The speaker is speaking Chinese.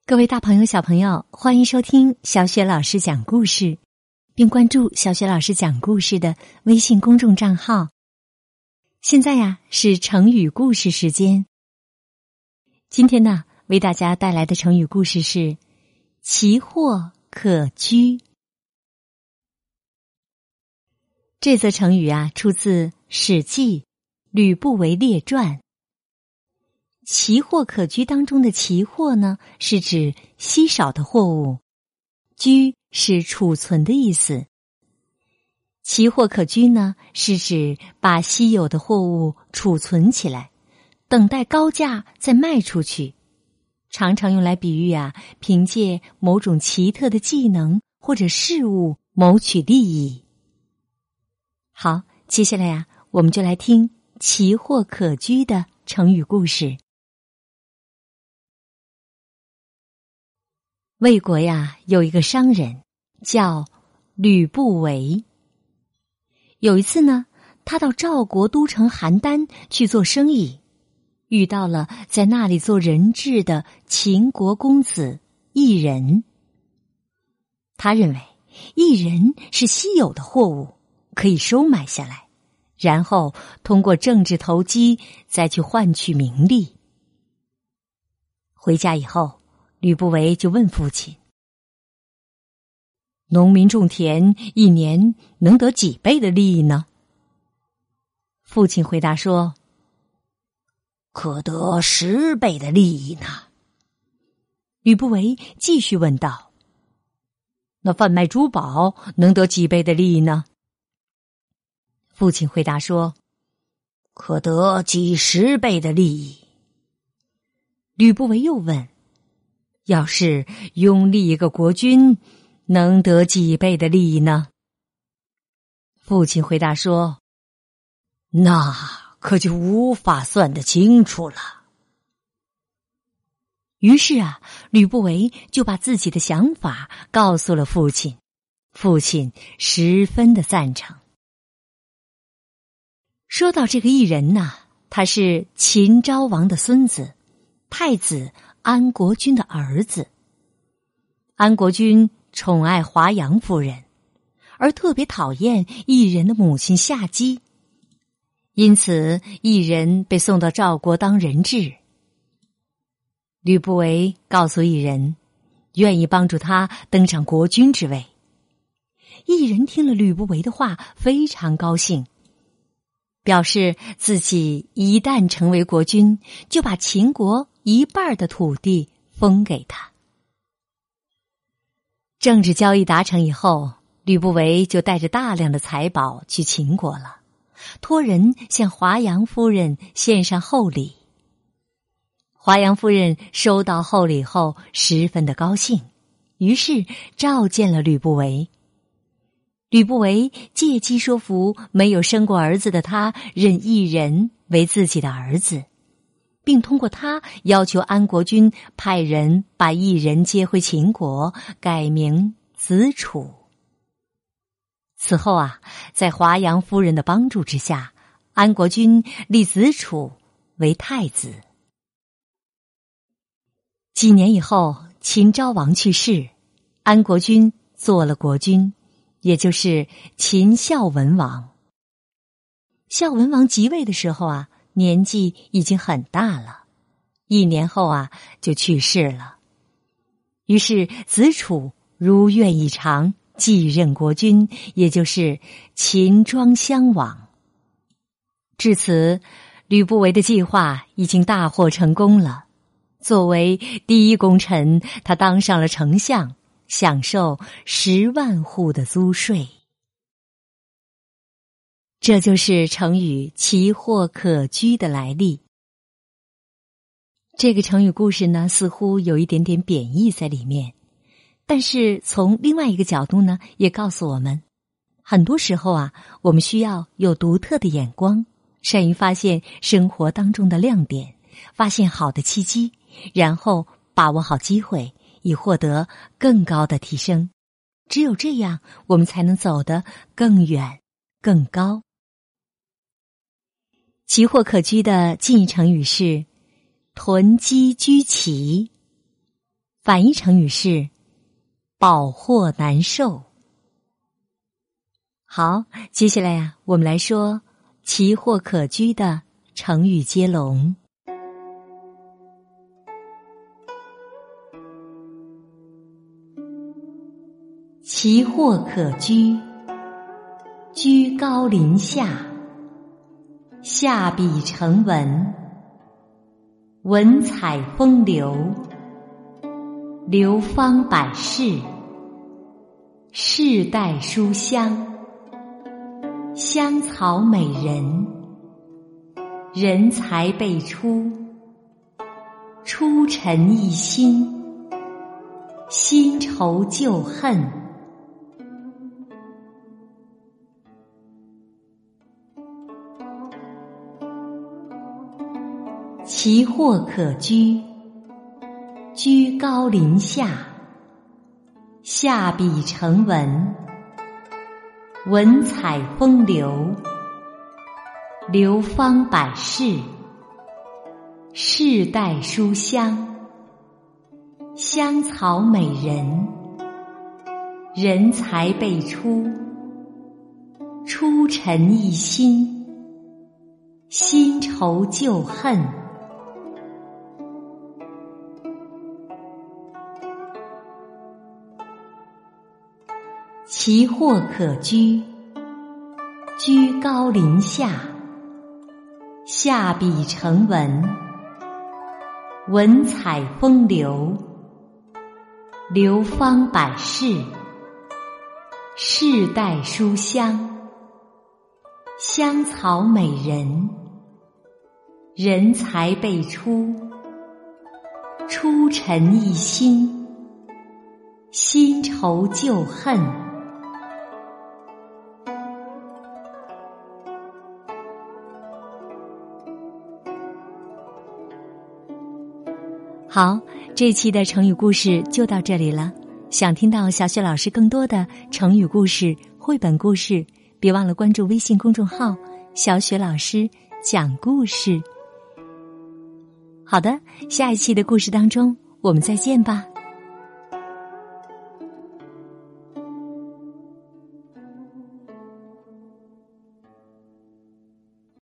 各位大朋友小朋友，欢迎收听小雪老师讲故事，并关注小雪老师讲故事的微信公众账号。现在是成语故事时间。今天为大家带来的成语故事是奇货可居。这则成语出自《史记·吕不韦列传》。奇货可居当中的奇货是指稀少的货物，居是储存的意思。奇货可居是指把稀有的货物储存起来，等待高价再卖出去，常常用来比喻凭借某种奇特的技能或者事物谋取利益。好，接下来我们就来听奇货可居的成语故事。魏国有一个商人叫吕不韦。有一次他到赵国都城邯郸去做生意，遇到了在那里做人质的秦国公子异人。他认为异人是稀有的货物，可以收买下来，然后通过政治投机再去换取名利。回家以后，吕不韦就问父亲：农民种田一年能得几倍的利益呢？父亲回答说：可得10倍的利益呢。吕不韦继续问道：那贩卖珠宝能得几倍的利益呢？父亲回答说：可得几10倍的利益。吕不韦又问：要是拥立一个国君，能得几倍的利益呢？父亲回答说：那可就无法算得清楚了。于是吕不韦就把自己的想法告诉了父亲，父亲十分的赞成。说到这个异人他是秦昭王的孙子，太子安国君的儿子。安国君宠爱华阳夫人，而特别讨厌异人的母亲夏姬，因此异人被送到赵国当人质。吕不韦告诉异人，愿意帮助他登上国君之位。异人听了吕不韦的话，非常高兴，表示自己一旦成为国君，就把秦国1半的土地封给他。政治交易达成以后，吕不韦就带着大量的财宝去秦国了，托人向华阳夫人献上厚礼。华阳夫人收到厚礼后十分的高兴，于是召见了吕不韦。吕不韦借机说服没有生过儿子的他认异人为自己的儿子，并通过他要求安国君派人把异人接回秦国，改名子楚。此后在华阳夫人的帮助之下，安国君立子楚为太子。几年以后，秦昭王去世，安国君做了国君，也就是秦孝文王。孝文王即位的时候年纪已经很大了，1年后就去世了。于是子楚如愿以偿继任国君，也就是秦庄襄王。至此，吕不韦的计划已经大获成功了。作为第一功臣，他当上了丞相，享受10万户的租税。这就是成语奇货可居的来历。这个成语故事似乎有一点点贬义在里面，但是从另外一个角度也告诉我们，很多时候我们需要有独特的眼光，善于发现生活当中的亮点，发现好的契机，然后把握好机会，以获得更高的提升。只有这样，我们才能走得更远更高。奇货可居的近义成语是囤积居奇。 反义成语是饱获难受。好，接下来呀，我们来说奇货可居的成语接龙。奇货可居，居高临下，下笔成文，文采风流，流芳百世，世代书香，香草美人，人才辈出，出尘一新，新仇旧恨。奇货可居，居高临下，下笔成文，文采风流，流芳百世，世代书香，香草美人，人才辈出，出尘一新，新仇旧恨。奇货可居，居高临下，下笔成文，文采风流，流芳百世，世代书香，香草美人，人才辈出，出尘一新，新仇旧恨。好，这期的成语故事就到这里了。想听到小雪老师更多的成语故事、绘本故事，别忘了关注微信公众号“小雪老师讲故事”。好的，下一期的故事当中，我们再见吧。